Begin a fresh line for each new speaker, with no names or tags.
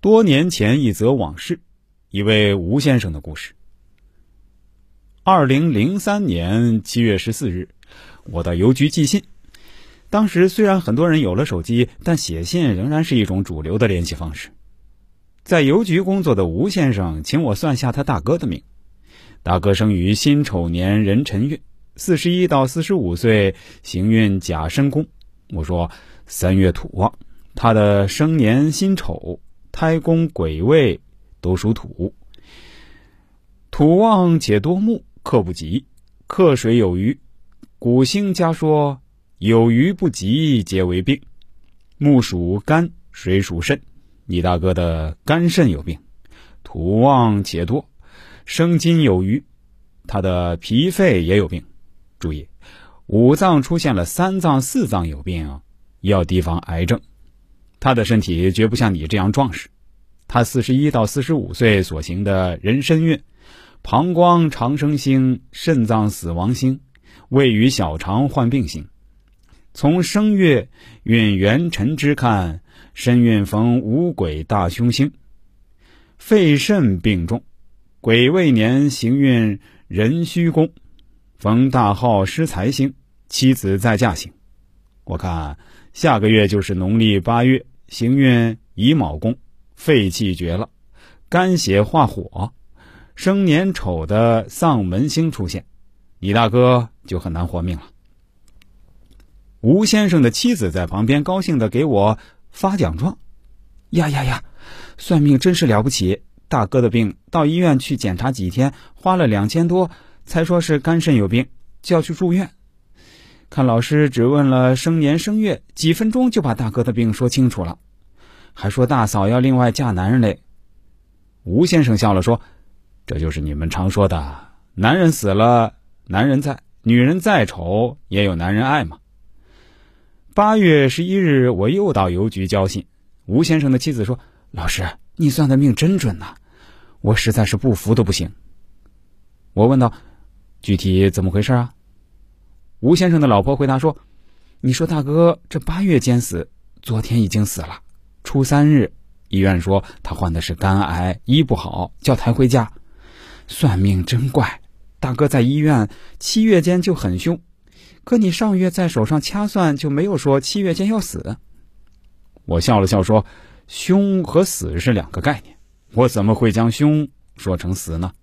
多年前一则往事，一位吴先生的故事。2003年7月14日，我到邮局寄信。当时虽然很多人有了手机，但写信仍然是一种主流的联系方式。在邮局工作的吴先生请我算下他大哥的命。大哥生于辛丑年壬辰月，41到45岁，行运甲申宫。我说3月土旺，他的生年辛丑，胎宫癸未都属土。土旺且多木，克不吉，克水有余。古星家说有余不及皆为病。木属肝，水属肾，你大哥的肝肾有病。土旺且多，生金有余，他的脾肺也有病。注意，五脏出现了3脏4脏有病，要提防癌症。他的身体绝不像你这样壮实。他41到45岁所行的壬申运，膀胱长生星，肾脏死亡星，位于小肠患病星。从生月运元辰之看，申运逢五癸大凶星，肺肾病重。癸未年行运壬戌宫，逢大耗失财星，妻子再嫁星。我看下个月就是农历8月，行运乙卯宫，肺气绝了，肝血化火，生年丑的丧门星出现，你大哥就很难活命了。吴先生的妻子在旁边高兴地给我发奖状。呀，算命真是了不起，大哥的病到医院去检查几天，花了2000多，才说是肝肾有病，就要去住院。看老师只问了生年生月，几分钟就把大哥的病说清楚了，还说大嫂要另外嫁男人嘞。吴先生笑了说，这就是你们常说的，男人死了男人在，女人再丑也有男人爱嘛。8月11日，我又到邮局交信。吴先生的妻子说，老师，你算的命真准呐，我实在是不服都不行。我问道，具体怎么回事啊？吴先生的老婆回答说，你说大哥这8月间死，昨天已经死了。初3日，医院说他患的是肝癌，医不好，叫抬回家。算命真怪，大哥在医院7月间就很凶，可你上月在手上掐算就没有说7月间要死。我笑了笑说，凶和死是2个概念，我怎么会将凶说成死呢？